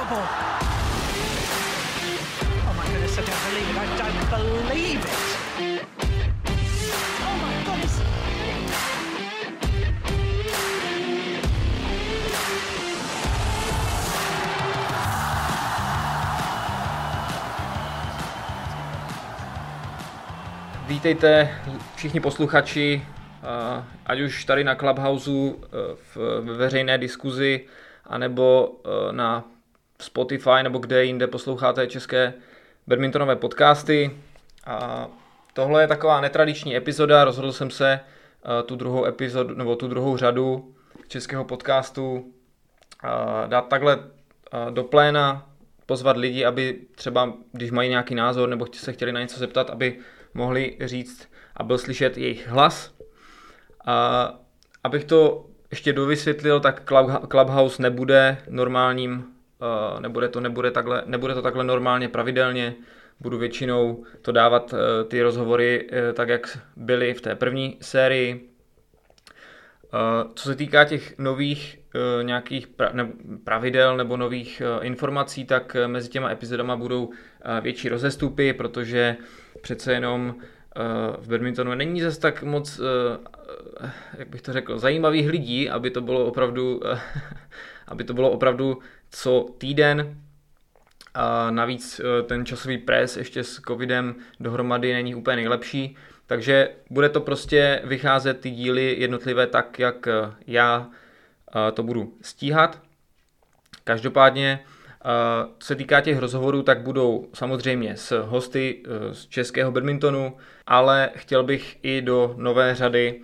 double. Oh my goodness, I don't believe it. I don't believe it. Oh my goodness. Vítejte všichni posluchači, ať už tady na Clubhouse v veřejné diskuzi, anebo na Spotify, nebo kde jinde posloucháte české badmintonové podcasty. A tohle je taková netradiční epizoda, rozhodl jsem se tu druhou epizodu, nebo tu druhou řadu českého podcastu dát takhle do pléna, pozvat lidi, aby třeba, když mají nějaký názor, nebo se chtěli na něco zeptat, aby mohli říct a byl slyšet jejich hlas. A abych to ještě dovysvětlil, tak Clubhouse nebude normálním, nebude to takhle normálně pravidelně. Budu většinou to dávat ty rozhovory tak, jak byly v té první sérii. Co se týká těch nových nějakých pravidel nebo nových informací, tak mezi těma epizodama budou větší rozestupy, protože přece jenom v badmintonu není zase tak moc, jak bych to řekl, zajímavých lidí, aby to bylo opravdu co týden. A navíc ten časový pres ještě s covidem dohromady není úplně nejlepší, takže bude to prostě vycházet ty díly jednotlivé tak, jak já to budu stíhat. Každopádně, co se týká těch rozhovorů, tak budou samozřejmě s hosty z českého badmintonu, ale chtěl bych i do nové řady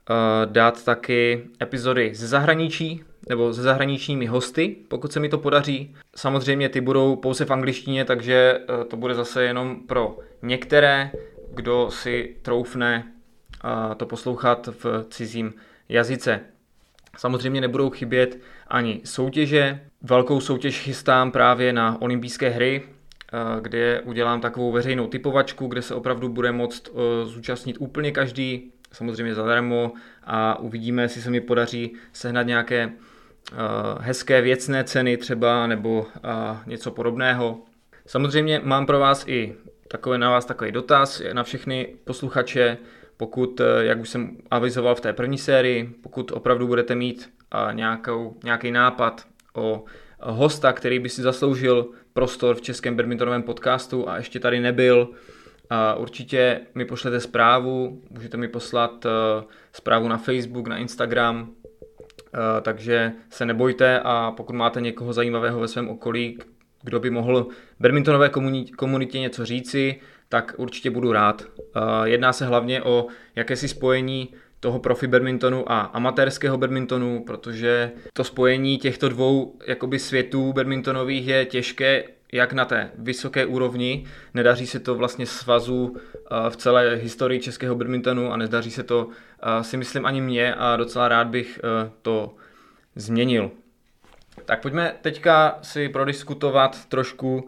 dát taky epizody ze zahraničí, nebo se zahraničními hosty, pokud se mi to podaří. Samozřejmě ty budou pouze v angličtině, takže to bude zase jenom pro některé, kdo si troufne to poslouchat v cizím jazyce. Samozřejmě nebudou chybět ani soutěže. Velkou soutěž chystám právě na olympijské hry, kde udělám takovou veřejnou typovačku, kde se opravdu bude moct zúčastnit úplně každý, samozřejmě zadarmo, a uvidíme, jestli se mi podaří sehnat nějaké hezké věcné ceny třeba, nebo něco podobného. Samozřejmě mám pro vás i takový dotaz na všechny posluchače. Pokud, jak už jsem avizoval v té první sérii, pokud opravdu budete mít nějaký nápad o hosta, který by si zasloužil prostor v českém badmintonovém podcastu a ještě tady nebyl, určitě mi pošlete zprávu, můžete mi poslat zprávu na Facebook, na Instagram, takže se nebojte, a pokud máte někoho zajímavého ve svém okolí, kdo by mohl badmintonové komunitě něco říci, tak určitě budu rád. Jedná se hlavně o jakési spojení toho profi badmintonu a amatérského badmintonu, protože to spojení těchto dvou jakoby světů badmintonových je těžké, jak na té vysoké úrovni. Nedaří se to vlastně svazu v celé historii českého badmintonu a nedaří se to, si myslím, ani mně, a docela rád bych to změnil. Tak pojďme teďka si prodiskutovat trošku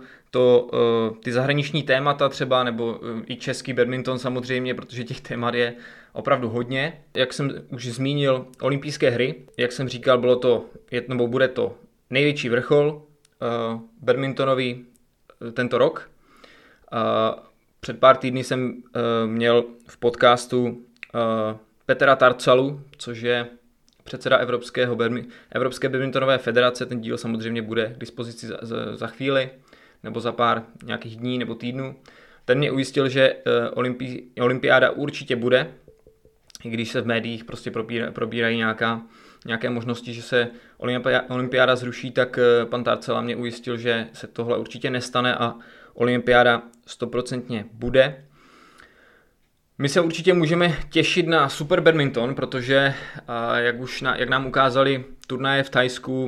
ty zahraniční témata třeba, nebo i český badminton samozřejmě, protože těch témat je opravdu hodně. Jak jsem už zmínil, olympijské hry, jak jsem říkal, bude to největší vrchol badmintonový tento rok. Před pár týdny jsem měl v podcastu Petra Tarcalu, což je předseda Evropské badmintonové federace. Ten díl samozřejmě bude k dispozici za chvíli, nebo za pár nějakých dní nebo týdnů. Ten mě ujistil, že olympiáda určitě bude, i když se v médiích prostě probírají nějaké možnosti, že se olympiáda zruší, tak pan Tarcela mě ujistil, že se tohle určitě nestane a olympiáda 100% bude. My se určitě můžeme těšit na super badminton, protože jak nám ukázali turnaje v Thajsku,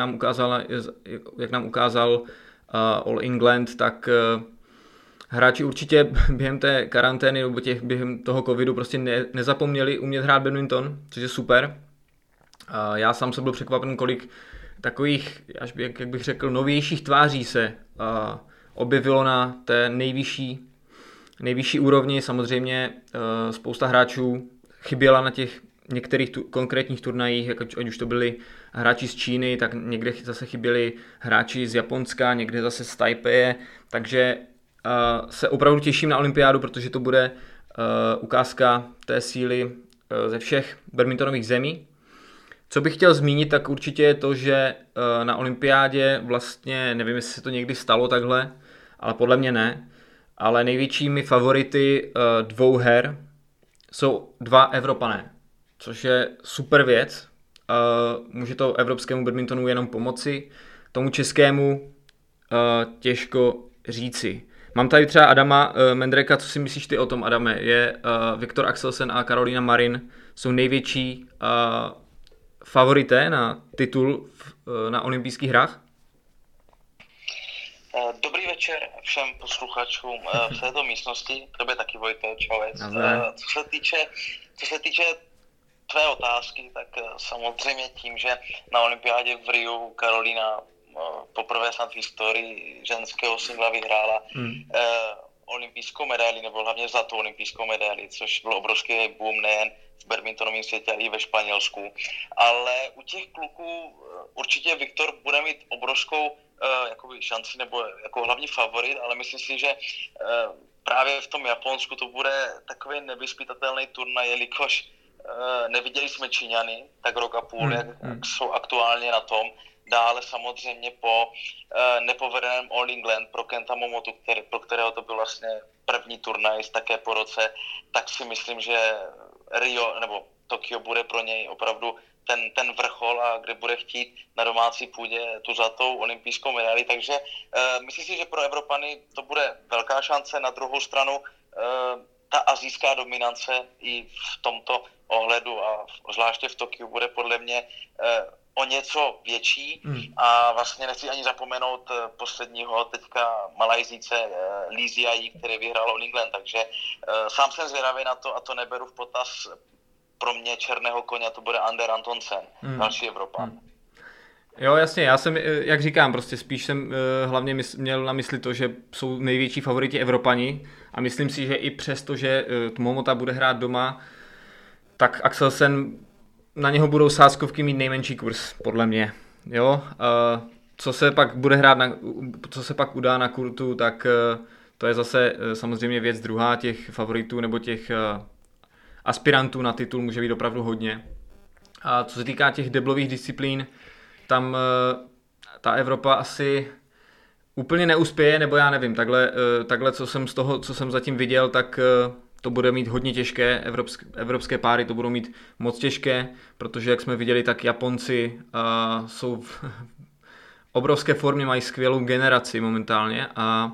jak nám ukázal All England, tak hráči určitě během té karantény nebo během toho covidu prostě nezapomněli umět hrát badminton, což je super. Já sám jsem byl překvapen, kolik takových, jak bych řekl, novějších tváří se objevilo na té nejvyšší úrovni. Samozřejmě spousta hráčů chyběla na těch některých konkrétních turnajích, ať už to byli hráči z Číny, tak někde zase chyběli hráči z Japonska, někde zase z Tajpeje, takže se opravdu těším na olympiádu, protože to bude ukázka té síly ze všech badmintonových zemí. Co bych chtěl zmínit, tak určitě je to, že na olympiádě vlastně, nevím, jestli se to někdy stalo takhle, ale podle mě ne, ale největšími favority dvou her jsou dva Evropané, což je super věc. Může to evropskému badmintonu jenom pomoci, tomu českému těžko říci. Mám tady třeba Adama Mendreka, co si myslíš ty o tom, Adame? Je Viktor Axelsen a Karolina Marin jsou největší favorité na titul na olympijských hrách? Dobrý večer všem posluchačům v této místnosti. Tobě taky, Vojto, čovec. Co se týče tvé otázky, tak samozřejmě tím, že na olympiádě v Riu Karolina poprvé snad v historii ženského singla vyhrála olympijskou medaili, nebo hlavně zlatou olympijskou medaili, což byl obrovský boom nejen v badmintonovém světě, ale i ve Španělsku. Ale u těch kluků určitě Viktor bude mít obrovskou jakoby šanci, nebo jako hlavní favorit, ale myslím si, že právě v tom Japonsku to bude takový nevyzpytatelný turnaj, jelikož neviděli jsme Číňany tak rok a půl, jak jsou aktuálně na tom. Dále samozřejmě po nepovedeném All England pro Kenta Momotu, pro kterého to byl vlastně první turnaj také po roce, tak si myslím, že Rio nebo Tokio bude pro něj opravdu ten vrchol, a kde bude chtít na domácí půdě tu zlatou olympijskou medaili. Takže myslím si, že pro Evropany to bude velká šance. Na druhou stranu ta asijská dominance i v tomto ohledu a zvláště v Tokiu bude podle mě o něco větší a vlastně nechci ani zapomenout posledního teďka Malajzíce Lee Ziai, který vyhrál All England, takže sám jsem zvědavý na to a to neberu v potaz. Pro mě černého koně to bude Ander Antonsen, další Evropan. Jo, jasně, já jsem, jak říkám, prostě spíš jsem hlavně měl na mysli to, že jsou největší favoriti Evropani a myslím si, že i přesto, že Momota bude hrát doma, tak Axelsen, na něho budou sázkovky mít nejmenší kurz, podle mě. Jo, co se pak bude hrát, co se pak udá na kurtu, tak to je zase samozřejmě věc druhá, těch favoritů nebo těch aspirantů na titul může být opravdu hodně. A co se týká těch deblových disciplín, tam ta Evropa asi úplně neuspěje, nebo já nevím, takhle co jsem z toho, co jsem zatím viděl, tak to bude mít hodně těžké, evropské páry to budou mít moc těžké, protože jak jsme viděli, tak Japonci jsou v obrovské formě, mají skvělou generaci momentálně a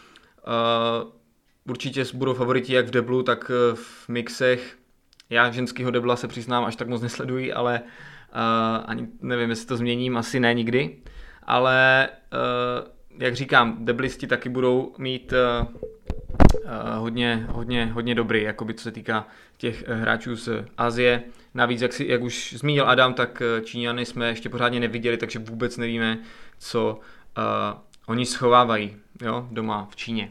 určitě budou favoriti jak v deblu, tak v mixech. Já ženskýho debla se přiznám, až tak moc nesleduji, ale ani nevím, jestli to změním, asi ne nikdy. Ale jak říkám, deblisti taky budou mít hodně dobrý, jakoby co se týká těch hráčů z Asie. Navíc, jak už zmínil Adam, tak Číňany jsme ještě pořádně neviděli, takže vůbec nevíme, co oni schovávají, jo, doma v Číně.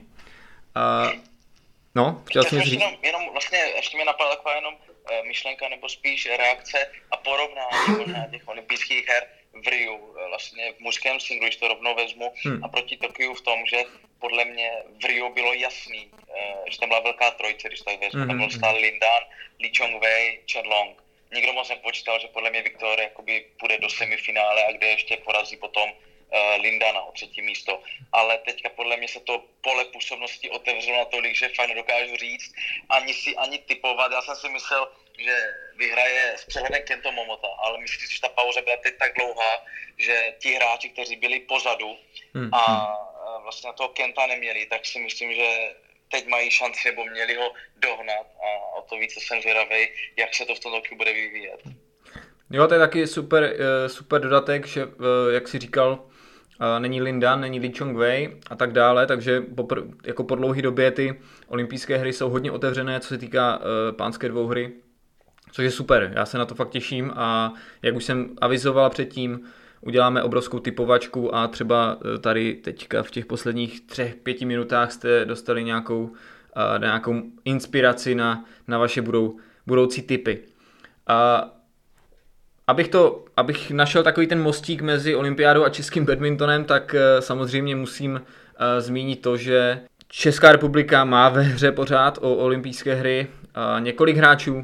No, chtěl jsem říct. Jenom vlastně ještě mě napadla taková jenom myšlenka nebo spíš reakce a porovnání možná těch olympijských her v Riu, vlastně v mužském singlu, když to rovnou vezmu, a proti Tokiu v tom, že podle mě v Riu bylo jasný, že tam byla velká trojice, když tak vezmu, tam byl stál Lin Dan, Lee Chong-wei, Chen Long. Nikdo moc nepočítal, že podle mě Viktor jakoby půjde do semifinále a kde ještě porazí potom Lindana o třetí místo, ale teďka podle mě se to pole působnosti otevřelo natolik, že fakt nedokážu říct, ani typovat. Já jsem si myslel, že vyhraje s přehledem Kento Momota, ale myslím si, že ta pauza byla teď tak dlouhá, že ti hráči, kteří byli pozadu a vlastně toho Kenta neměli, tak si myslím, že teď mají šanci, nebo měli ho dohnat a o to více jsem zvědavej, jak se to v tom roku bude vyvíjet. Jo, to je taky super dodatek, že jak jsi říkal, není Lin Dan, není Lee Chong-wei a tak dále, takže jako po dlouhé době ty olympijské hry jsou hodně otevřené, co se týká pánské dvouhry, což je super, já se na to fakt těším a jak už jsem avizoval předtím, uděláme obrovskou typovačku a třeba tady teďka v těch posledních 3-5 minutách jste dostali nějakou inspiraci na vaše budoucí tipy. Abych našel takový ten mostík mezi olympiádou a českým badmintonem, tak samozřejmě musím zmínit to, že Česká republika má ve hře pořád o olympijské hry několik hráčů.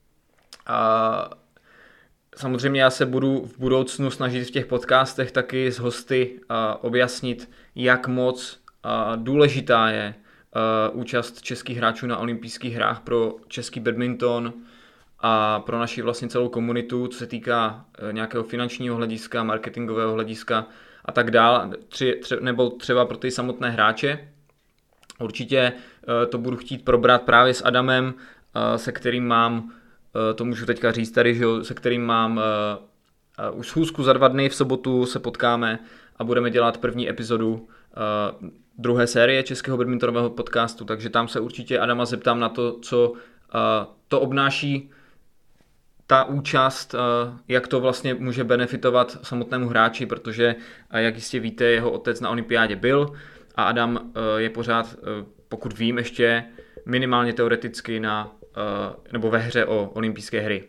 Samozřejmě já se budu v budoucnu snažit v těch podcastech taky s hosty objasnit, jak moc důležitá je účast českých hráčů na olympijských hrách pro český badminton a pro naši vlastně celou komunitu, co se týká nějakého finančního hlediska, marketingového hlediska a tak dále, nebo třeba pro ty samotné hráče. Určitě to budu chtít probrat právě s Adamem, se kterým mám, to můžu teďka říct tady, že se kterým mám už schůzku za 2 dny, v sobotu se potkáme a budeme dělat první epizodu druhé série českého badmintonového podcastu, takže tam se určitě Adama zeptám na to, co to obnáší ta účast, jak to vlastně může benefitovat samotnému hráči, protože jak jistě víte, jeho otec na olympiádě byl a Adam je pořád, pokud vím, ještě minimálně teoreticky nebo ve hře o olympijské hry.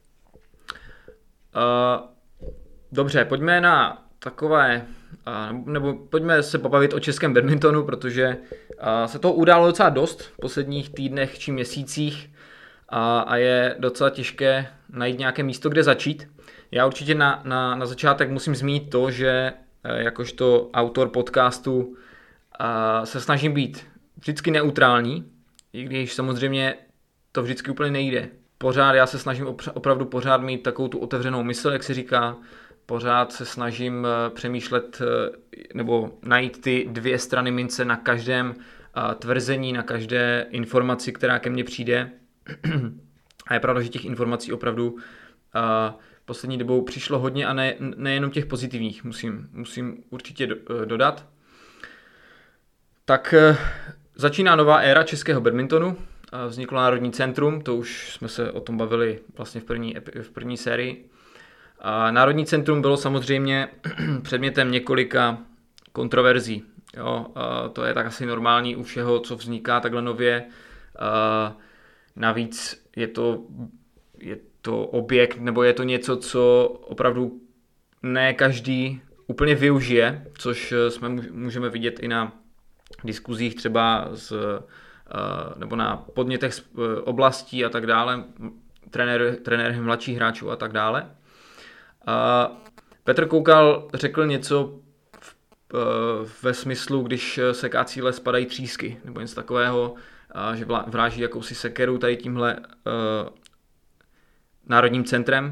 Dobře, pojďme na takové, nebo pojďme se pobavit o českém badmintonu, protože se toho událo docela dost v posledních týdnech či měsících a je docela těžké najít nějaké místo, kde začít. Já určitě na začátek musím zmínit to, že jakožto autor podcastu se snažím být vždycky neutrální, i když samozřejmě to vždycky úplně nejde. Pořád já se snažím opravdu pořád mít takovou tu otevřenou mysl, jak se říká, pořád se snažím přemýšlet nebo najít ty 2 strany mince na každém tvrzení, na každé informaci, která ke mně přijde. A je pravda, že těch informací opravdu poslední dobou přišlo hodně a nejenom těch pozitivních, musím určitě dodat. Tak začíná nová éra českého badmintonu. Vzniklo Národní centrum, to už jsme se o tom bavili vlastně v první sérii. Národní centrum bylo samozřejmě předmětem několika kontroverzí. Jo, to je tak asi normální u všeho, co vzniká takhle nově. Navíc je to objekt, nebo je to něco, co opravdu ne každý úplně využije, což jsme můžeme vidět i na diskuzích třeba nebo na podnětech z oblastí a tak dále, trenér mladších hráčů a tak dále. Petr Koukal řekl něco ve smyslu, když se kácíle spadají třísky, nebo něco takového, že vráží jakousi sekeru tady tímhle národním centrem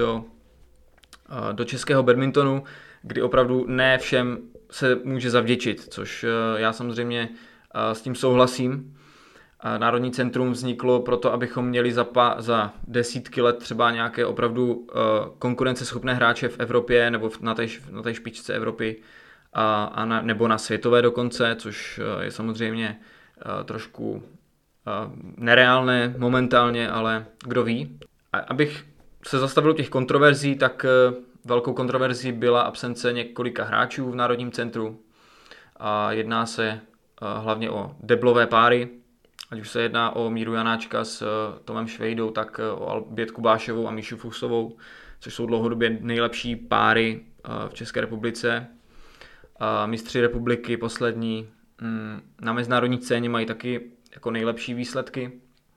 do českého badmintonu, kdy opravdu ne všem se může zavděčit, což já samozřejmě s tím souhlasím. Národní centrum vzniklo proto, abychom měli za desítky let třeba nějaké opravdu konkurenceschopné hráče v Evropě nebo na té špičce Evropy nebo na světové dokonce, což je samozřejmě trošku nereálné momentálně, ale kdo ví. Abych se zastavil těch kontroverzí, tak velkou kontroverzí byla absence několika hráčů v Národním centru. Jedná se hlavně o deblové páry, ať už se jedná o Míru Janáčka s Tomem Švejdou, tak o Albietku Bášovou a Míšu Fuchsovou, což jsou dlouhodobě nejlepší páry v České republice. Mistři republiky poslední na mezinárodní scéně mají taky jako nejlepší výsledky.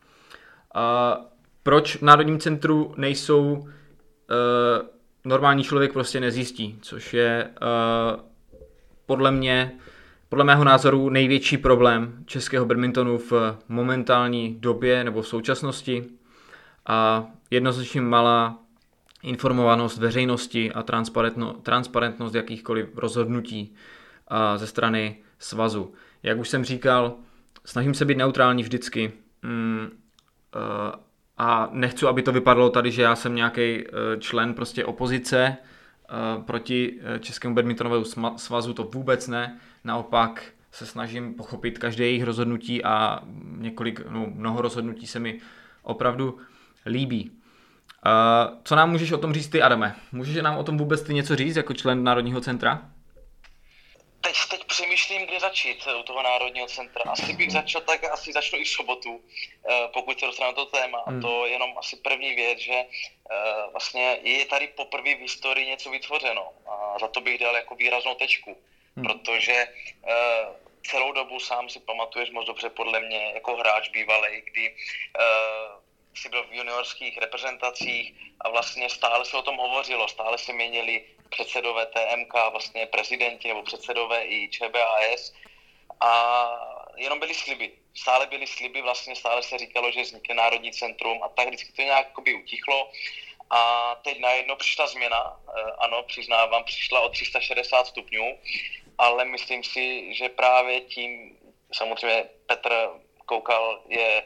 Proč v Národním centru nejsou, normální člověk prostě nezjistí, což je podle mého názoru největší problém českého badmintonu v momentální době nebo v současnosti a jednoznačně malá informovanost veřejnosti a transparentnost jakýchkoliv rozhodnutí ze strany svazu. Jak už jsem říkal, snažím se být neutrální vždycky a nechci, aby to vypadalo tady, že já jsem nějaký člen prostě opozice proti Českému badmintonovému svazu, to vůbec ne. Naopak se snažím pochopit každé jejich rozhodnutí a mnoho rozhodnutí se mi opravdu líbí. Co nám můžeš o tom říct ty, Adame? Můžeš nám o tom vůbec ty něco říct jako člen Národního centra? Teď přemýšlím, kde úplně začít u toho Národního centra? Asi bych začal tak, asi začnu i v sobotu, pokud se dostanu na to téma. A to jenom asi první věc, že vlastně je tady poprvé v historii něco vytvořeno. A za to bych dal jako výraznou tečku. Protože celou dobu sám si pamatuješ moc dobře podle mě jako hráč bývalej, kdy si byl v juniorských reprezentacích a vlastně stále se o tom hovořilo, stále se měnili předsedové TMK, vlastně prezidenti nebo předsedové i ČBAS a jenom byly sliby. Stále byly sliby, vlastně stále se říkalo, že vznikne Národní centrum a tak vždycky to nějak utichlo. A teď najednou přišla změna, ano, přiznávám, přišla o 360 stupňů, ale myslím si, že právě tím, samozřejmě Petr Koukal je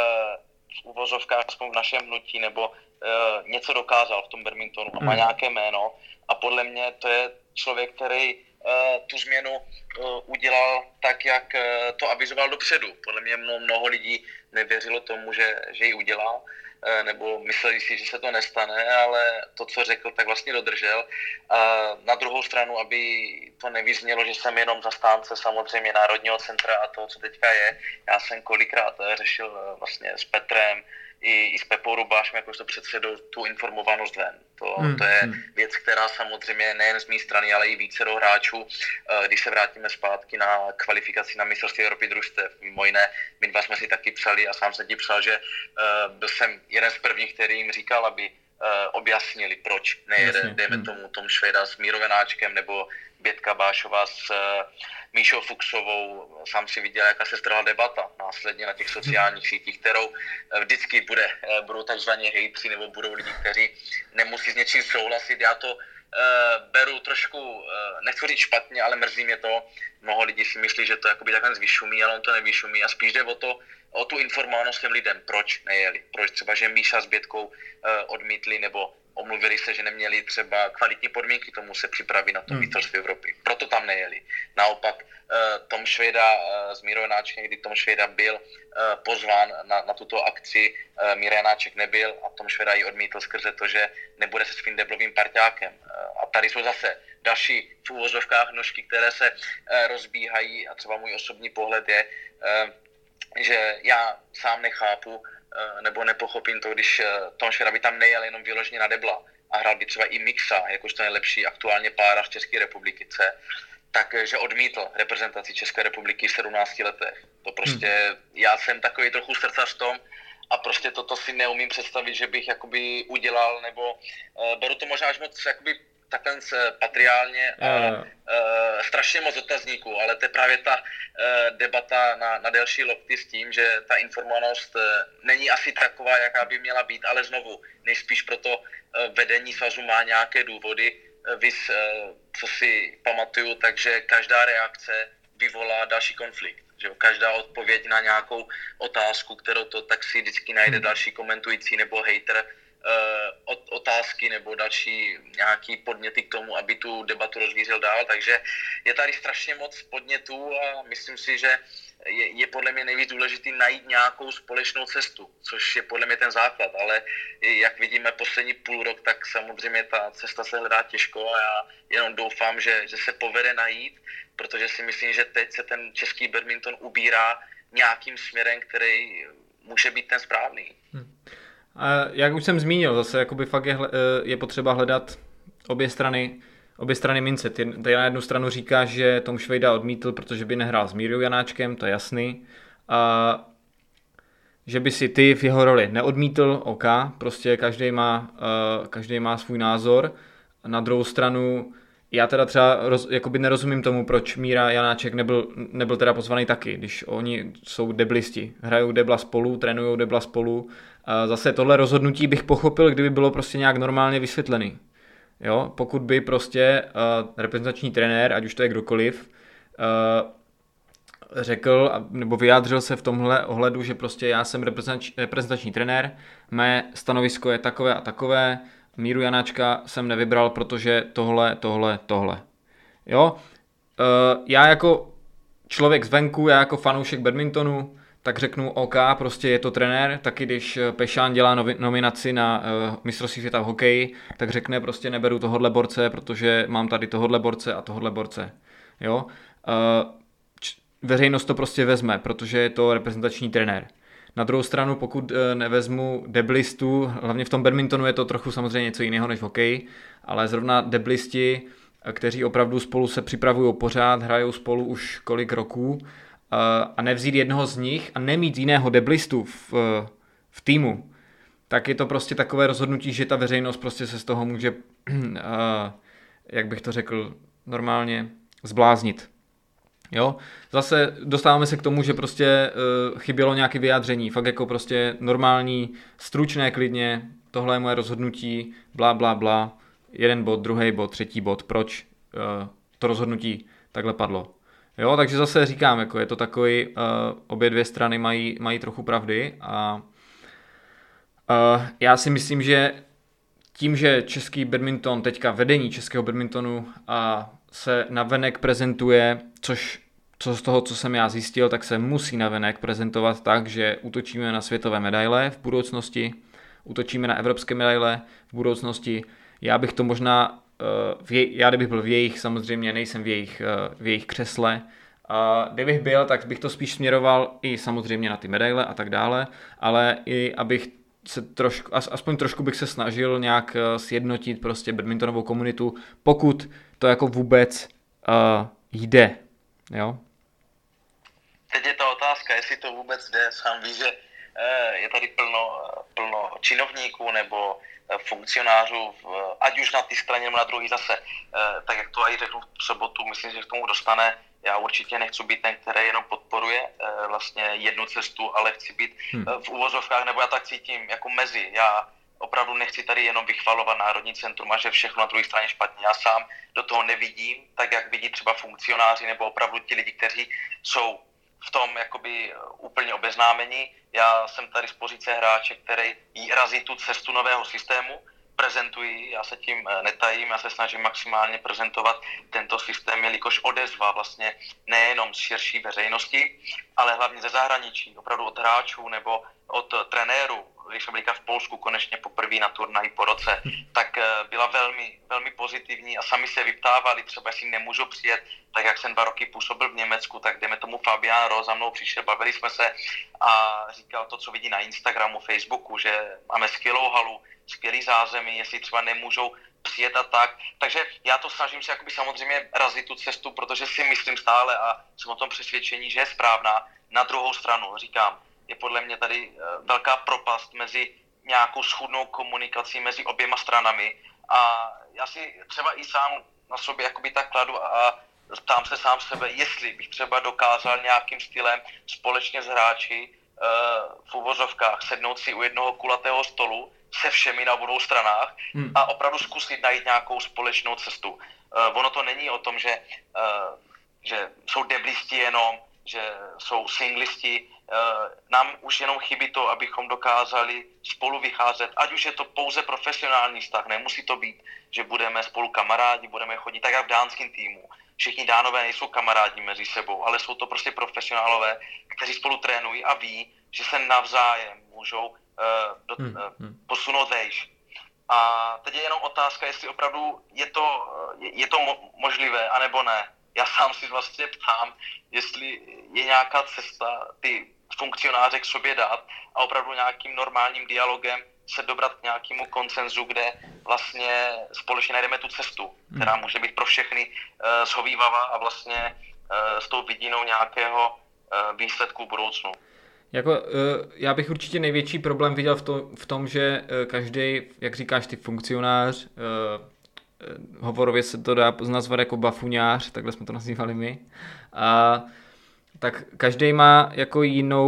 v uvozovkách aspoň v našem hnutí, nebo něco dokázal v tom badmintonu a má nějaké jméno a podle mě to je člověk, který tu změnu udělal tak, jak to avizoval dopředu. Podle mě mnoho lidí nevěřilo tomu, že ji udělá, nebo mysleli si, že se to nestane, ale to, co řekl, tak vlastně dodržel. Na druhou stranu, aby to nevyznělo, že jsem jenom zastánce samozřejmě Národního centra a toho, co teďka je. Já jsem kolikrát řešil vlastně s Petrem i s Pepou Rubášem jakožto předsedou tu informovanost ven. To je věc, která samozřejmě nejen z mé strany, ale i vícero hráčů, když se vrátíme zpátky na kvalifikaci na mistrovství Evropy družstev. Mimo jiné, my dva jsme si taky psali a sám jsem ti psal, že byl jsem jeden z prvních, který jim říkal, aby objasnili, proč nejede, dejme tomu Tom Švéda s Mírou Janáčkem nebo Bětka Bášová s Míšou Fuchsovou. Sám si viděl, jaká se strhla debata následně na těch sociálních sítích, kterou vždycky budou takzvaně hejtři nebo budou lidi, kteří nemusí s něčím souhlasit. Já to beru trošku, nechci říct špatně, ale mrzí mě to. Mnoho lidí si myslí, že to jakoby takhle vyšumí, ale on to nevyšumí a spíš jde o tu informovanost těm lidem, proč nejeli, proč třeba, že Míša s Bětkou odmítli nebo omluvili se, že neměli třeba kvalitní podmínky tomu se připravit na to mistrovství Evropy. Proto tam nejeli. Naopak Tom Švéda s Mírou Janáčkem, kdy Tom Švéda byl pozván na tuto akci, Míra Janáček nebyl a Tom Švéda ji odmítl skrze to, že nebude se svým deblovým parťákem. A tady jsou zase další v úvozovkách nožky, které se rozbíhají a třeba můj osobní pohled je, že já sám nechápu nebo nepochopím to, když Tom Švéda by tam nejel jenom vyloženě na debla a hrál by třeba i mixa, jakožto nejlepší aktuálně pára v České republice, takže odmítl reprezentaci České republiky v 17 letech. To prostě, já jsem takový trochu srdcař v tom a prostě toto si neumím představit, že bych jakoby udělal, nebo beru to možná až moc jakoby takhle patriálně a strašně moc otazníků, ale to je právě ta debata na delší lokty s tím, že ta informovanost není asi taková, jaká by měla být, ale znovu, nejspíš proto vedení svazu má nějaké důvody, vys, co si pamatuju, takže každá reakce vyvolá další konflikt. Že každá odpověď na nějakou otázku, kterou to tak si vždycky najde další komentující nebo hejter, otázky nebo další nějaký podněty k tomu, aby tu debatu rozvířil dál, takže je tady strašně moc podnětů a myslím si, že je podle mě nejvíc důležitý najít nějakou společnou cestu, což je podle mě ten základ, ale jak vidíme poslední půl rok, tak samozřejmě ta cesta se hledá těžko a já jenom doufám, že se povede najít, protože si myslím, že teď se ten český badminton ubírá nějakým směrem, který může být ten správný. A jak už jsem zmínil, zase jakoby fakt je potřeba hledat obě strany mince. Ty na jednu stranu říká, že Tom Švejda odmítl, protože by nehrál s Mírou Janáčkem, to je jasný. A že by si ty v jeho roli neodmítl, OK, prostě každý má svůj názor. Na druhou stranu, já teda třeba jakoby nerozumím tomu, proč Míra Janáček nebyl teda pozvaný taky, když oni jsou deblisti, hrajou debla spolu, trénujou debla spolu. Zase tohle rozhodnutí bych pochopil, kdyby bylo prostě nějak normálně vysvětlený. Jo? Pokud by prostě reprezentační trenér, ať už to je kdokoliv, řekl nebo vyjádřil se v tomhle ohledu, že prostě já jsem reprezentační trenér, mé stanovisko je takové a takové, Míru Janáčka jsem nevybral, protože tohle. Jo? Já jako člověk zvenku, já jako fanoušek badmintonu, tak řeknu OK, prostě je to trenér, taky když Pešán dělá nominaci na mistrovství světa v hokeji, tak řekne prostě neberu tohodle borce, protože mám tady tohodle borce a tohodle borce. Jo? veřejnost to prostě vezme, protože je to reprezentační trenér. Na druhou stranu, pokud nevezmu deblistu, hlavně v tom badmintonu je to trochu samozřejmě něco jiného než v hokeji, ale zrovna deblisti, kteří opravdu spolu se připravují pořád, hrajou spolu už kolik roků, a nevzít jednoho z nich a nemít jiného deblistu v týmu, tak je to prostě takové rozhodnutí, že ta veřejnost prostě se z toho může, jak bych to řekl, normálně zbláznit. Jo? Zase dostáváme se k tomu, že prostě chybělo nějaké vyjádření, fakt jako prostě normální, stručné klidně, tohle je moje rozhodnutí, blá, blá, blá, jeden bod, druhý bod, třetí bod, proč to rozhodnutí takhle padlo. Jo, takže zase říkám, jako je to takový, obě dvě strany mají trochu pravdy a já si myslím, že tím, že český badminton, teďka vedení českého badmintonu se navenek prezentuje, co z toho, co jsem já zjistil, tak se musí navenek prezentovat tak, že útočíme na světové medaile v budoucnosti, útočíme na evropské medaile v budoucnosti. Já bych to možná, já kdybych byl v jejich, samozřejmě nejsem v jejich křesle, kdybych byl, tak bych to spíš směroval i samozřejmě na ty medaile a tak dále, ale i abych se aspoň trošku bych se snažil nějak sjednotit prostě badmintonovou komunitu, pokud to jako vůbec jde, jo? Teď je ta otázka, jestli to vůbec jde. Sám víš, že je tady plno činovníků nebo funkcionářů, ať už na té straně nebo na druhé zase. Tak jak to i řeknu v sobotu, myslím, že k tomu dostane. Já určitě nechci být ten, který jenom podporuje vlastně jednu cestu, ale chci být v uvozovkách, nebo já tak cítím jako mezi. Já opravdu nechci tady jenom vychvalovat Národní centrum a že všechno na druhé straně špatně. Já sám do toho nevidím, tak jak vidí třeba funkcionáři nebo opravdu ti lidi, kteří jsou v tom jakoby úplně obeznámení. Já jsem tady z pozice hráče, který razí tu cestu nového systému, prezentuji, já se tím netajím, já se snažím maximálně prezentovat tento systém, jelikož odezva vlastně nejenom z širší veřejnosti, ale hlavně ze zahraničí, opravdu od hráčů nebo od trenérů, když jsem byli v Polsku konečně poprvé na turnaji po roce, tak byla velmi, velmi pozitivní a sami se vyptávali, třeba jestli nemůžu přijet, tak jak jsem 2 roky působil v Německu, tak jdeme tomu Fabian Roh za mnou přišel, bavili jsme se a říkal to, co vidí na Instagramu, Facebooku, že máme skvělou halu, skvělý zázemí, jestli třeba nemůžou přijet a tak. Takže já to snažím se jakoby samozřejmě razit tu cestu, protože si myslím stále a jsem o tom přesvědčení, že je správná. Na druhou stranu, říkám, je podle mě tady velká propast mezi nějakou schůdnou komunikací mezi oběma stranami a já si třeba i sám na sobě jakoby tak kladu a ptám se sám sebe, jestli bych třeba dokázal nějakým stylem společně s hráči v uvozovkách sednout si u jednoho kulatého stolu se všemi na obou stranách a opravdu zkusit najít nějakou společnou cestu. Ono to není o tom, že jsou deblisti jenom, že jsou singlisti. Nám už jenom chybí to, abychom dokázali spolu vycházet, ať už je to pouze profesionální vztah, nemusí to být, že budeme spolu kamarádi, budeme chodit tak jak v dánském týmu. Všichni Dánové nejsou kamarádi mezi sebou, ale jsou to prostě profesionálové, kteří spolu trénují a ví, že se navzájem můžou posunout vejš. A teď je jenom otázka, jestli opravdu je to možlivé, anebo ne. Já sám si vlastně ptám, jestli je nějaká cesta ty funkcionáře k sobě dát a opravdu nějakým normálním dialogem se dobrat k nějakému konsenzu, kde vlastně společně najdeme tu cestu, která může být pro všechny shovívavá a vlastně s tou vidinou nějakého výsledku v budoucnu. Jako, já bych určitě největší problém viděl v tom, že každý, jak říkáš ty funkcionář, hovorově se to dá nazvat jako bafuňář, takhle jsme to nazývali my, tak každý má jako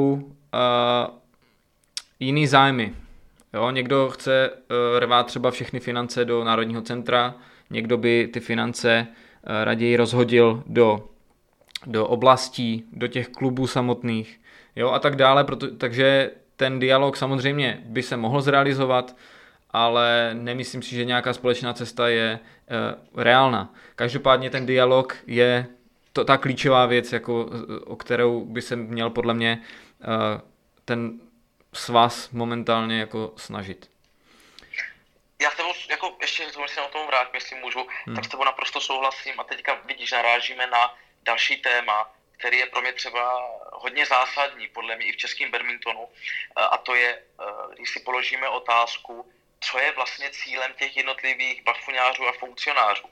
jiný zájmy. Jo, někdo chce rvát třeba všechny finance do Národního centra, někdo by ty finance raději rozhodil do oblastí, do těch klubů samotných, jo, a tak dále, takže ten dialog samozřejmě by se mohl zrealizovat, ale nemyslím si, že nějaká společná cesta je reálná. Každopádně ten dialog je ta klíčová věc, jako, o kterou by se měl podle mě ten svaz momentálně jako snažit. Já s tebou, jako ještě se o tom vrátím, jestli můžu, tak s tebou naprosto souhlasím a teďka vidíš, narážíme na další téma, který je pro mě třeba hodně zásadní, podle mě i v českém badmintonu, a to je, když si položíme otázku, co je vlastně cílem těch jednotlivých bafuňářů a funkcionářů.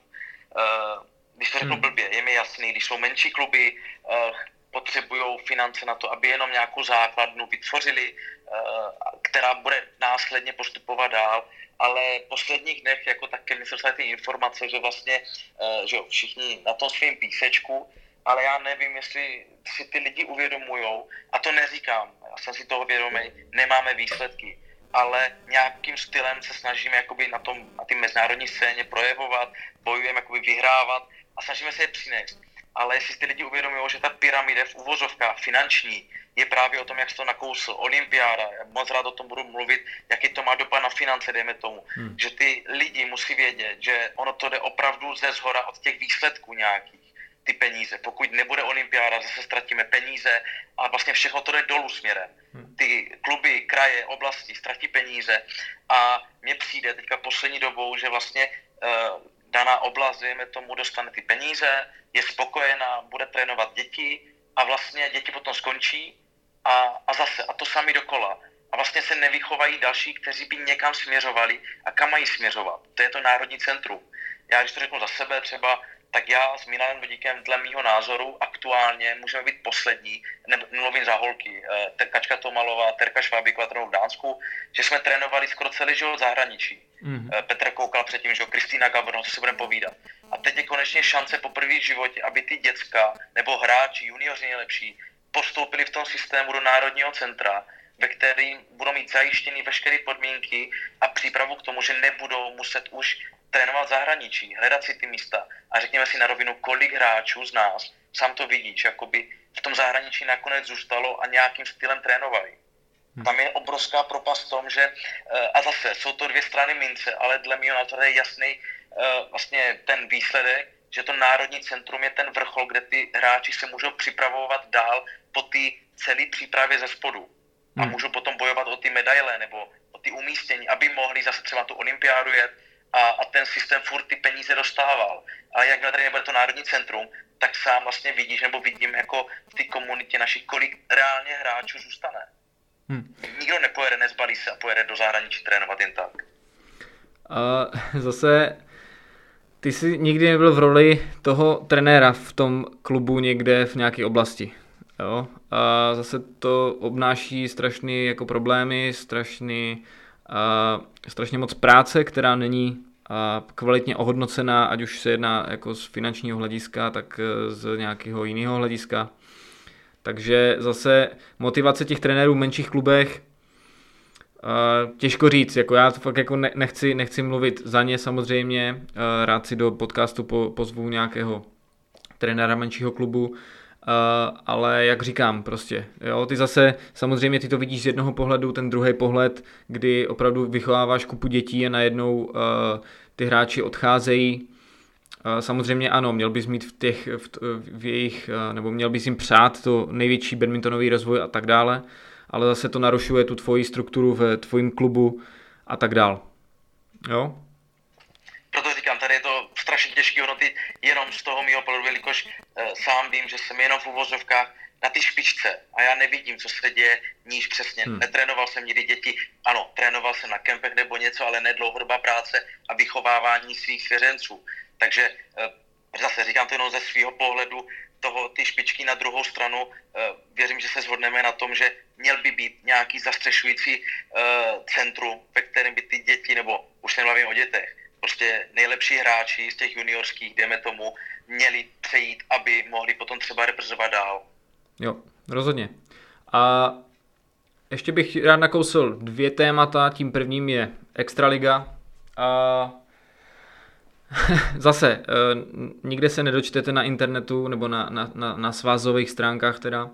Když to řeknu blbě, je mi jasný, když jsou menší kluby, potřebují finance na to, aby jenom nějakou základnu vytvořili, která bude následně postupovat dál, ale v posledních dnech jako také mi se dostaly ty informace, že vlastně že jo, všichni na tom svým písečku, ale já nevím, jestli si ty lidi uvědomujou, a to neříkám, já jsem si toho vědomý, nemáme výsledky, ale nějakým stylem se snažíme jakoby na té mezinárodní scéně projevovat, bojujeme, jakoby vyhrávat a snažíme se je přinést. Ale jestli si ty lidi uvědomují, že ta pyramida v uvozovkách finanční je právě o tom, jak jsi to nakousl, olympiáda, já moc rád o tom budu mluvit, jaký to má dopad na finance, dejme tomu, že ty lidi musí vědět, že ono to jde opravdu ze zhora od těch výsledků nějakých, ty peníze. Pokud nebude olympiáda, zase ztratíme peníze a vlastně všechno to jde dolů směrem. Ty kluby, kraje, oblasti ztratí peníze a mně přijde teďka poslední dobou, že vlastně daná oblast, dejme tomu, dostane ty peníze, je spokojená, bude trénovat děti a vlastně děti potom skončí a zase, a to sami dokola. A vlastně se nevychovají další, kteří by někam směřovali a kam mají směřovat. To je to Národní centrum. Já když to řeknu za sebe třeba, tak já s Milanem Vodíkem dle mýho názoru aktuálně můžeme být poslední, mluvím za holky, Kačka Tomalová, Terka Švábíková v Dánsku, že jsme trénovali skoro celý život v zahraničí. Petr koukal předtím, že Kristýna Gabrno, co si budeme povídat. A teď je konečně šance poprvé v životě, aby ty děcka nebo hráči, junioři nejlepší, postoupili v tom systému do Národního centra, ve kterým budou mít zajištěny veškeré podmínky a přípravu k tomu, že nebudou muset už trénovat v zahraničí, hledat si ty místa. A řekněme si na rovinu, kolik hráčů z nás, sám to vidíš, jakoby v tom zahraničí nakonec zůstalo a nějakým stylem trénovali. Tam je obrovská propast v tom, že, a zase, jsou to dvě strany mince, ale dle mého názoru je jasný vlastně ten výsledek, že to Národní centrum je ten vrchol, kde ty hráči se můžou připravovat dál po té celé přípravě ze spodu. A můžou potom bojovat o ty medaile nebo o ty umístění, aby mohli zase třeba tu olympiádu jet a ten systém furt ty peníze dostával. Ale jakmile tady nebude to Národní centrum, tak sám vlastně vidíš nebo vidím jako v té komunitě našich, kolik reálně hráčů zůstane. Nikdo nepojede, nezbalí se a pojede do zahraničí trénovat jen tak. A zase ty jsi nikdy nebyl v roli toho trenéra v tom klubu někde v nějaké oblasti. Jo? A zase to obnáší strašný jako problémy, strašně moc práce, která není kvalitně ohodnocená, ať už se jedná jako z finančního hlediska, tak z nějakého jiného hlediska. Takže zase motivace těch trenérů v menších klubech, těžko říct, jako já to fakt jako nechci mluvit za ně samozřejmě, rád si do podcastu pozvu nějakého trenéra menšího klubu, ale jak říkám prostě, jo, ty zase samozřejmě ty to vidíš z jednoho pohledu, ten druhý pohled, kdy opravdu vychováváš kupu dětí a najednou ty hráči odcházejí. Samozřejmě ano, měl bys mít v jejich, nebo měl bys jim přát to největší badmintonový rozvoj a tak dále, ale zase to narušuje tu tvoji strukturu v tvojím klubu a tak dál. Jo? Proto říkám, tady je to strašně těžké hodnotit jenom z toho mýho pohledu, jelikož sám vím, že jsem jenom v uvozovkách na ty špičce a já nevidím, co se děje níž přesně. Netrénoval jsem nikdy děti, ano, trénoval jsem na kempech nebo něco, ale ne dlouhodobá práce a vychovávání svých svěřenců. Takže zase říkám to jenom ze svého pohledu, ty špičky na druhou stranu, věřím, že se shodneme na tom, že měl by být nějaký zastřešující centrum, ve kterém by ty děti, nebo už se nebavím o dětech, prostě nejlepší hráči z těch juniorských, dejme tomu, měli přejít, aby mohli potom třeba reprezentovat dál. Jo, rozhodně. A ještě bych rád nakousl 2 témata, tím prvním je Extraliga. Zase, nikde se nedočtete na internetu nebo na svazových stránkách teda,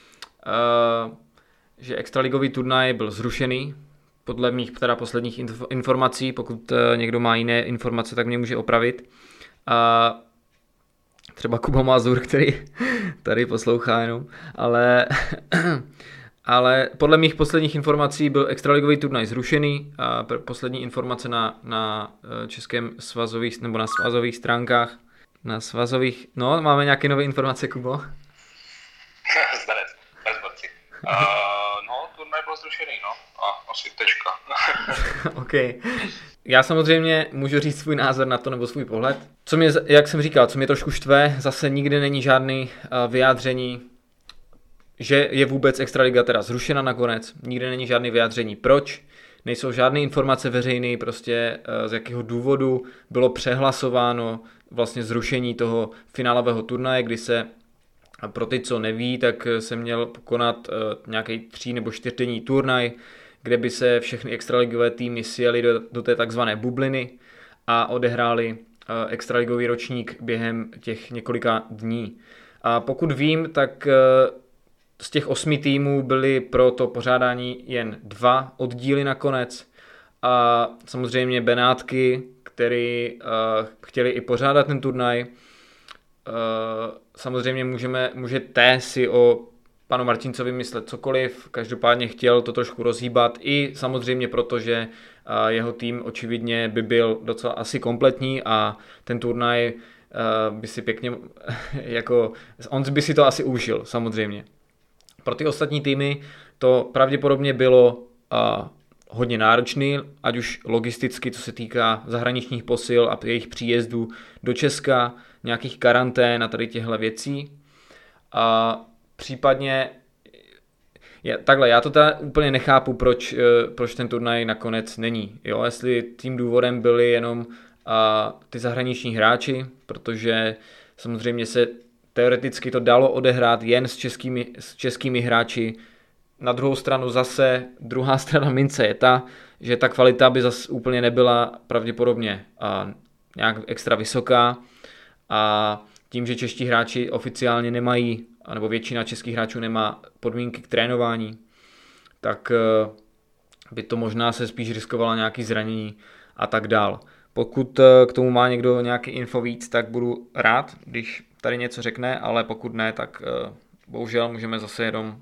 že extraligový turnaj byl zrušený, podle mých teda posledních informací, pokud někdo má jiné informace, tak mě může opravit. Třeba Kuba Mazur, který tady poslouchá jenom, ale podle mých posledních informací byl extraligový turnaj zrušený a poslední informace na českém svazových, nebo na svazových stránkách, máme nějaké nové informace, Kubo? Zdanec, bez borci. No, turnaj byl zrušený, no. A asi tečka. OK. Já samozřejmě můžu říct svůj názor na to, nebo svůj pohled. Co mě, jak jsem říkal, co mě trošku štve, zase nikdy není žádný vyjádření, že je vůbec Extraliga teda zrušena nakonec. Nikdy není žádný vyjádření proč. Nejsou žádné informace veřejné, prostě z jakého důvodu bylo přehlasováno vlastně zrušení toho finálového turnaje, kdy se, pro ty, co neví, tak se měl konat nějaký 3 nebo 4denní turnaj, kde by se všechny extraligové týmy sjeli do té takzvané bubliny a odehráli extraligový ročník během těch několika dní. A pokud vím, tak z těch 8 týmů byly pro to pořádání jen 2 oddíly nakonec a samozřejmě Benátky, který chtěli i pořádat ten turnaj. Samozřejmě můžete si o panu Martincovi myslet cokoliv, každopádně chtěl to trošku rozhýbat i samozřejmě proto, že jeho tým očividně by byl docela asi kompletní a ten turnaj by si pěkně, jako on by si to asi užil samozřejmě. Pro ty ostatní týmy to pravděpodobně bylo hodně náročný, ať už logisticky, co se týká zahraničních posil a jejich příjezdů do Česka, nějakých karantén a tady těchto věcí. A případně, takhle, já to teda úplně nechápu, proč ten turnaj nakonec není. Jo? Jestli tím důvodem byli jenom ty zahraniční hráči, protože samozřejmě se teoreticky to dalo odehrát jen s českými hráči. Na druhou stranu zase, druhá strana mince je ta, že ta kvalita by zase úplně nebyla pravděpodobně nějak extra vysoká a tím, že čeští hráči oficiálně nemají, nebo většina českých hráčů nemá podmínky k trénování, tak by to možná se spíš riskovala nějaké zranění a tak dál. Pokud k tomu má někdo nějaký info víc, tak budu rád, když tady něco řekne, ale pokud ne, tak bohužel můžeme zase jenom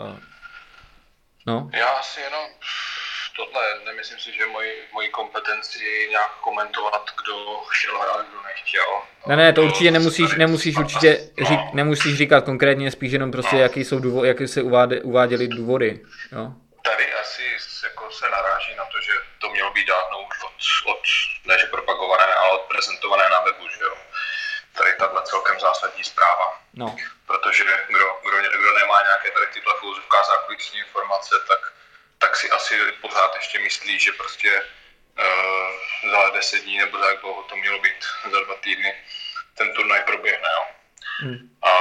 no. Já asi jenom tohle, nemyslím si, že moji kompetenci nějak komentovat, kdo šel hrát, kdo nechtěl. Ne, to určitě nemusíš říkat konkrétně, spíš jenom prostě, jaké se uváděly důvody. Jo? Tady asi jako se naráží na to, že to mělo být dávno už od ne že propagované, ale odprezentované na webu, že jo. Tady tahle celkem zásadní zpráva. No. Protože kdo nemá nějaké tady tyhle filozofká zákulisní informace, tak si asi pořád ještě myslí, že prostě za 10 dní nebo za jak dlouho to mělo být, za 2 týdny, ten turnaj proběhne. Jo. A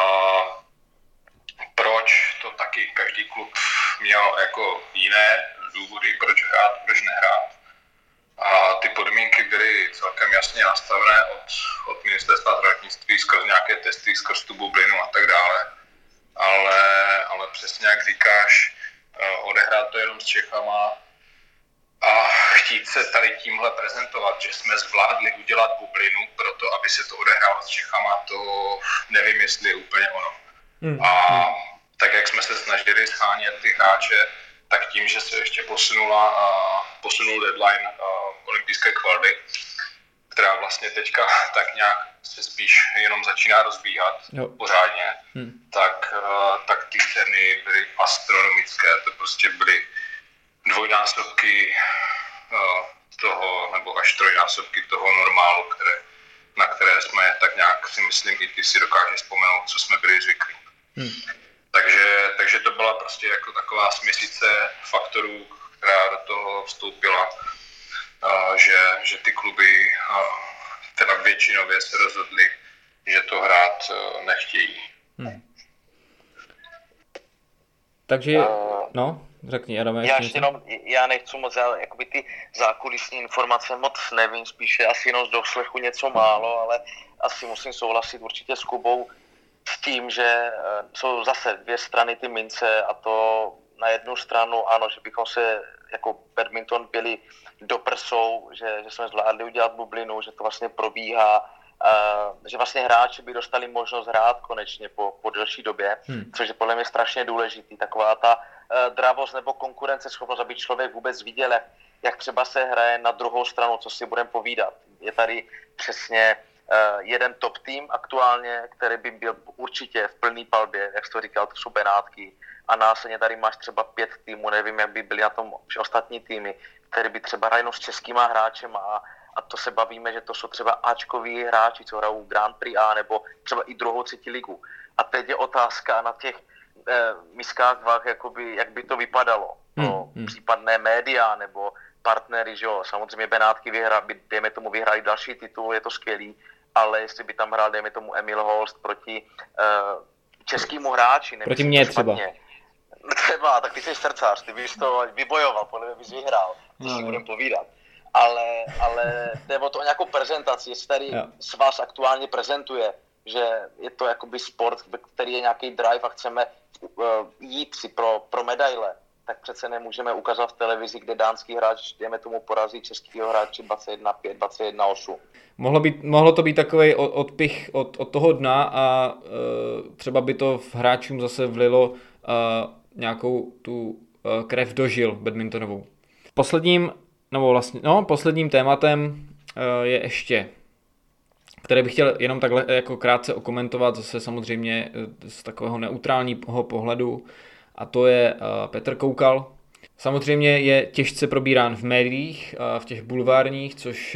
proč to taky každý klub měl jako jiné důvody, proč hrát, proč nehrát. A ty podmínky byly celkem jasně nastavené od ministerstva zdravotnictví skrz nějaké testy, skrz tu bublinu a tak dále. Ale přesně jak říkáš, odehrát to jenom s Čechama a chtít se tady tímhle prezentovat, že jsme zvládli udělat bublinu proto, aby se to odehrálo s Čechama, to nevím, jestli je úplně ono. A tak jak jsme se snažili shánět ty hráče, tak tím, že se ještě posunul deadline olympijské kvaldy, která vlastně teďka tak nějak se spíš jenom začíná rozbíhat pořádně, tak ty ceny byly astronomické. To prostě byly dvojnásobky toho, nebo až trojnásobky toho normálu, na které jsme tak nějak si myslím, i ty si dokážeš vzpomenout, co jsme byli zvyklí. Takže to byla prostě jako taková směsice faktorů, která do toho vstoupila, že ty kluby teda většinově se rozhodli, že to hrát nechtějí. Takže, no, řekni, Adame. Já nechci moc, jakoby ty zákulisní informace moc nevím, spíše asi jenom z doslechu něco málo, ale asi musím souhlasit určitě s Kubou s tím, že jsou zase 2 strany ty mince a to na jednu stranu ano, že bychom se jako badminton byli do prsou, že jsme zvládli udělat bublinu, že to vlastně probíhá, že vlastně hráči by dostali možnost hrát konečně po delší době, což je podle mě strašně důležitý. Taková ta dravost nebo konkurenceschopnost, aby člověk vůbec viděl, jak třeba se hraje na druhou stranu, co si budeme povídat. Je tady přesně jeden top tým aktuálně, který by byl určitě v plný palbě, jak jsi to říkal, to jsou Benátky. A následně tady máš třeba 5 týmů, nevím, jak by byly na tom ostatní týmy, které by třeba hrají s českýma hráčema a to se bavíme, že to jsou třeba Ačkoví hráči, co hrajou Grand Prix A nebo třeba i druhou, třetí ligu. A teď je otázka na těch miskách vah, jakoby, jak by to vypadalo. Případné média nebo partnery, že jo, samozřejmě Benátky dejme tomu vyhráli další titul, je to skvělý, ale jestli by tam hrál, dejme tomu Emil Holst proti českému hráči. Proti mně třeba. Třeba, tak ty jsi srdcař, ty bys to vybojoval, podle mě bys vyhrál, to si budem povídat. Ale jde o to o nějakou prezentaci, jestli tady s vás aktuálně prezentuje, že je to jakoby sport, který je nějaký drive a chceme jít si pro medaile, tak přece nemůžeme ukázat v televizi, kde dánský hráč, dejme tomu, porazí českýho hráče 21-5, 21-8. Mohlo to být takový odpich od toho dna a třeba by to v hráčům zase vlilo nějakou tu krev do žil badmintonovou. Posledním tématem je ještě, které bych chtěl jenom takhle jako krátce okomentovat, zase samozřejmě z takového neutrálního pohledu, a to je Petr Koukal. Samozřejmě je těžce probírán v médiích, v těch bulvárních, což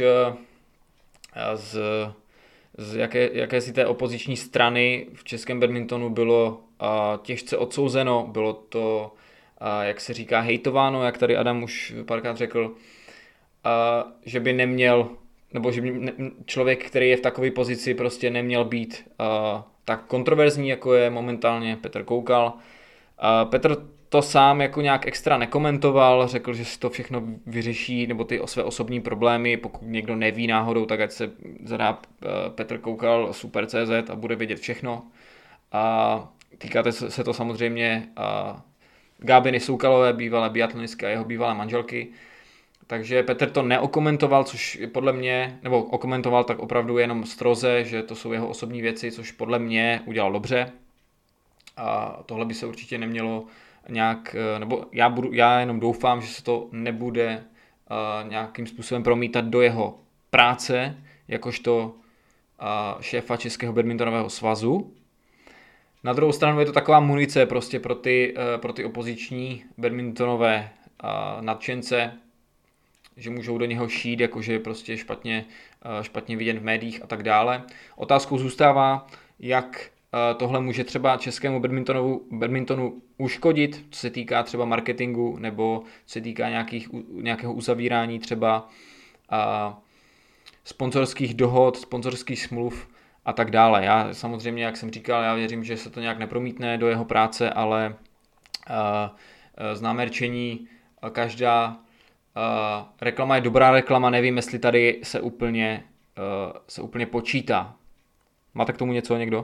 z jakési té opoziční strany v českém badmintonu bylo těžce odsouzeno, bylo to, jak se říká, hejtováno, jak tady Adam už párkrát řekl, že by neměl, nebo že by člověk, který je v takové pozici, prostě neměl být tak kontroverzní, jako je momentálně Petr Koukal. Petr to sám jako nějak extra nekomentoval, řekl, že si to všechno vyřeší, nebo ty své osobní problémy, pokud někdo neví náhodou, tak ať se zadá Petr Koukal Super.cz a bude vědět všechno. Týkáte se to samozřejmě Gábiny Soukalové, bývalé biatlonistky a jeho bývalé manželky. Takže Petr to neokomentoval, což podle mě, nebo okomentoval tak opravdu jenom stroze, že to jsou jeho osobní věci, což podle mě udělal dobře. A tohle by se určitě nemělo nějak, nebo já jenom doufám, že se to nebude nějakým způsobem promítat do jeho práce, jakožto šéfa Českého badmintonového svazu. Na druhou stranu je to taková munice prostě pro ty opoziční badmintonové nadšence, že můžou do něho šít, jakože je prostě špatně vidět v médiích a tak dále. Otázkou zůstává, jak tohle může třeba českému badmintonu uškodit, co se týká třeba marketingu, nebo co se týká nějakého uzavírání třeba sponzorských dohod, sponzorských smluv a tak dále. Já samozřejmě, jak jsem říkal, já věřím, že se to nějak nepromítne do jeho práce, ale známé rčení, každá reklama je dobrá reklama, nevím, jestli tady se úplně počítá. Máte k tomu něco někdo?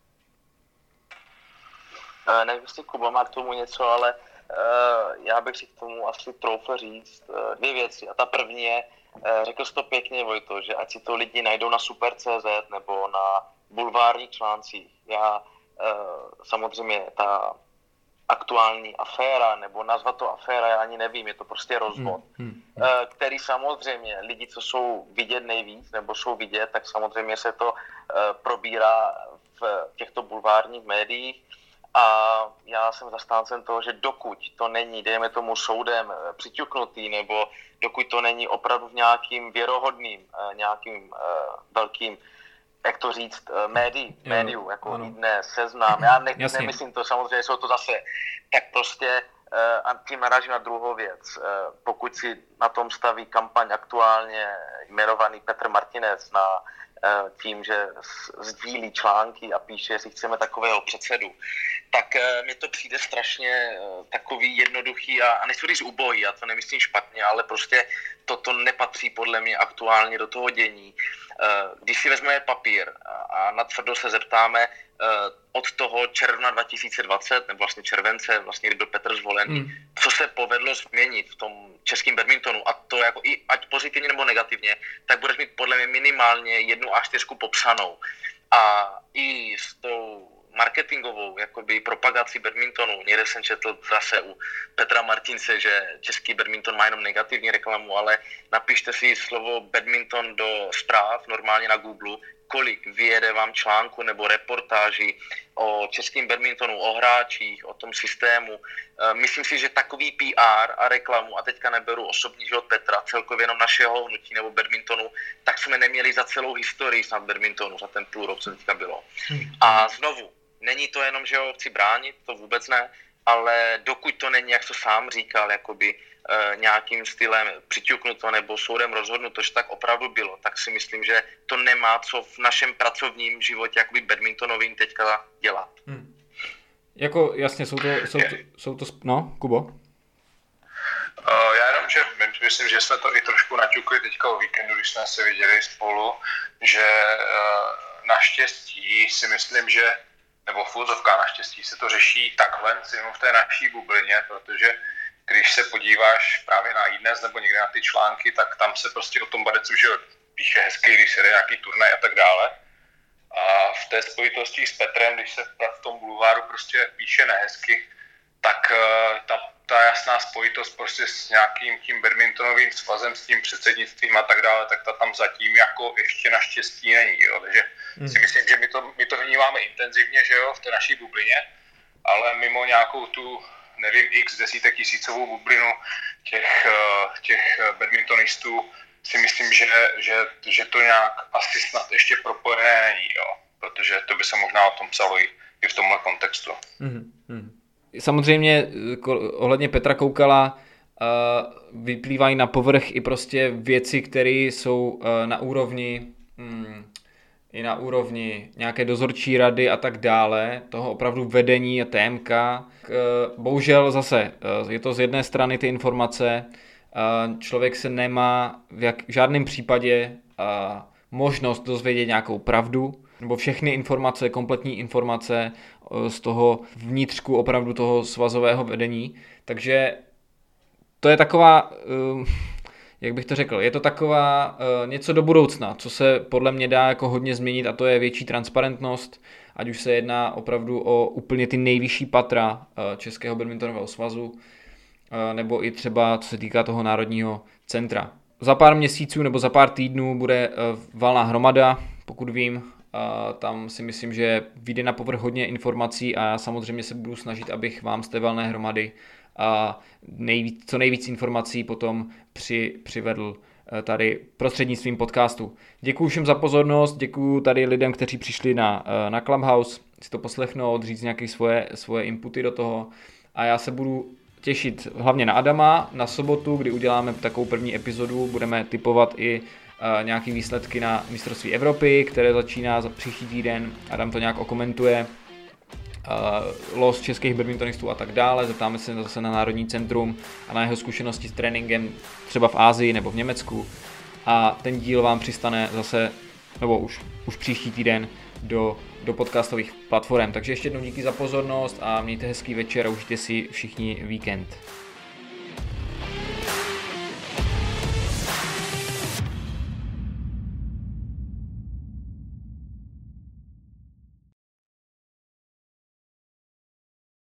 Nevím, jestli Kuba má k tomu něco, ale já bych si k tomu asi troufl říct 2 věci. A ta první je, řekl jsi to pěkně, Vojto, že ať si to lidi najdou na Super.cz nebo na bulvárních článcích. Já samozřejmě ta aktuální aféra, nebo nazvat to aféra, já ani nevím, je to prostě rozvod, který samozřejmě lidi, co jsou vidět nejvíc, nebo jsou vidět, tak samozřejmě se to probírá v těchto bulvárních médiích. A já jsem zastáncem toho, že dokud to není, dejme tomu, soudem přiťuknutý, nebo dokud to není opravdu v nějakým věrohodným, nějakým velkým, jak to říct, médiu, jako Dne, Seznam, já nemyslím to, samozřejmě jsou to zase, tak prostě, a tím narážím na druhou věc, pokud si na tom staví kampaň aktuálně jmenovaný Petr Martinec na tím, že sdílí články a píše, jestli chceme takového předsedu, tak mi to přijde strašně takový jednoduchý a nechci říct ubohý, já to nemyslím špatně, ale prostě toto nepatří podle mě aktuálně do toho dění. Když si vezmeme papír a natvrdo se zeptáme od toho června 2020, nebo vlastně července, vlastně kdy byl Petr zvolený, co se povedlo změnit v tom českém badmintonu, a to jako i ať pozitivně nebo negativně, tak budeš mít podle mě minimálně 1 A4 popsanou. A i s tou marketingovou jakoby propagací badmintonu, někde jsem četl zase u Petra Martince, že český badminton má jenom negativní reklamu, ale napište si slovo badminton do zpráv normálně na Google, kolik vyjede vám článku nebo reportáží o českém badmintonu, o hráčích, o tom systému. Myslím si, že takový PR a reklamu, a teďka neberu osobní život Petra, celkově jenom našeho hnutí nebo badmintonu, tak jsme neměli za celou historii snad badmintonu, za ten půl rok, co teďka bylo. A znovu, není to jenom, že ho chci bránit, to vůbec ne, ale dokud to není, jak to sám říkal, jakoby nějakým stylem přiťuknuto nebo soudem rozhodnuto, že tak opravdu bylo, tak si myslím, že to nemá co v našem pracovním životě jakoby badmintonovým teďka dělat. Jako jasně, jsou to no, Kubo? Já jenom, že myslím, že jsme to i trošku naťukli teďka o víkendu, když jsme se viděli spolu, že naštěstí si myslím, že nebo v úzovkách naštěstí se to řeší takhle v té naší bublině, protože když se podíváš právě na iDnes nebo někde na ty články, tak tam se prostě o tom badecu, že píše hezky, když se jde nějaký turnaj a tak dále. A v té spojitosti s Petrem, když se v tom bulváru prostě píše nehezky, tak ta jasná spojitost prostě s nějakým tím badmintonovým svazem, s tím předsednictvím a tak dále, tak ta tam zatím jako ještě naštěstí není. Jo. Takže si myslím, že my to vnímáme intenzivně, že jo, v té naší bublině, ale mimo nějakou tu, nevím, x desítek tisícovou bublinu těch badmintonistů si myslím, že to nějak asi snad ještě propojené není, jo. Protože to by se možná o tom psalo i v tomhle kontextu. Samozřejmě ohledně Petra Koukala vyplývají na povrch i prostě věci, které jsou na úrovni i na úrovni nějaké dozorčí rady a tak dále, toho opravdu vedení a TMK. Bohužel zase je to z jedné strany ty informace, člověk se nemá v žádném případě možnost dozvědět nějakou pravdu, nebo všechny informace, kompletní informace z toho vnitřku opravdu toho svazového vedení. Takže to je taková, jak bych to řekl, je to taková něco do budoucna, co se podle mě dá jako hodně změnit, a to je větší transparentnost, ať už se jedná opravdu o úplně ty nejvyšší patra Českého badmintonového svazu, nebo i třeba co se týká toho národního centra. Za pár měsíců nebo za pár týdnů bude valná hromada, pokud vím. Tam si myslím, že vyjde na povrch hodně informací a já samozřejmě se budu snažit, abych vám z té valné hromady co nejvíc informací potom přivedl tady prostřednictvím podcastu. Děkuju všem za pozornost, děkuju tady lidem, kteří přišli na Clubhouse si to poslechnout, říct nějaké svoje inputy do toho, a já se budu těšit hlavně na Adama na sobotu, kdy uděláme takovou první epizodu, budeme tipovat i nějaké výsledky na mistrovství Evropy, které začíná za příští týden. Adam to nějak okomentuje, los českých badmintonistů a tak dále. Zeptáme se zase na Národní centrum a na jeho zkušenosti s tréninkem třeba v Asii nebo v Německu. A ten díl vám přistane zase, nebo už příští týden do podcastových platform. Takže ještě jednou díky za pozornost a mějte hezký večer a užijte si všichni víkend.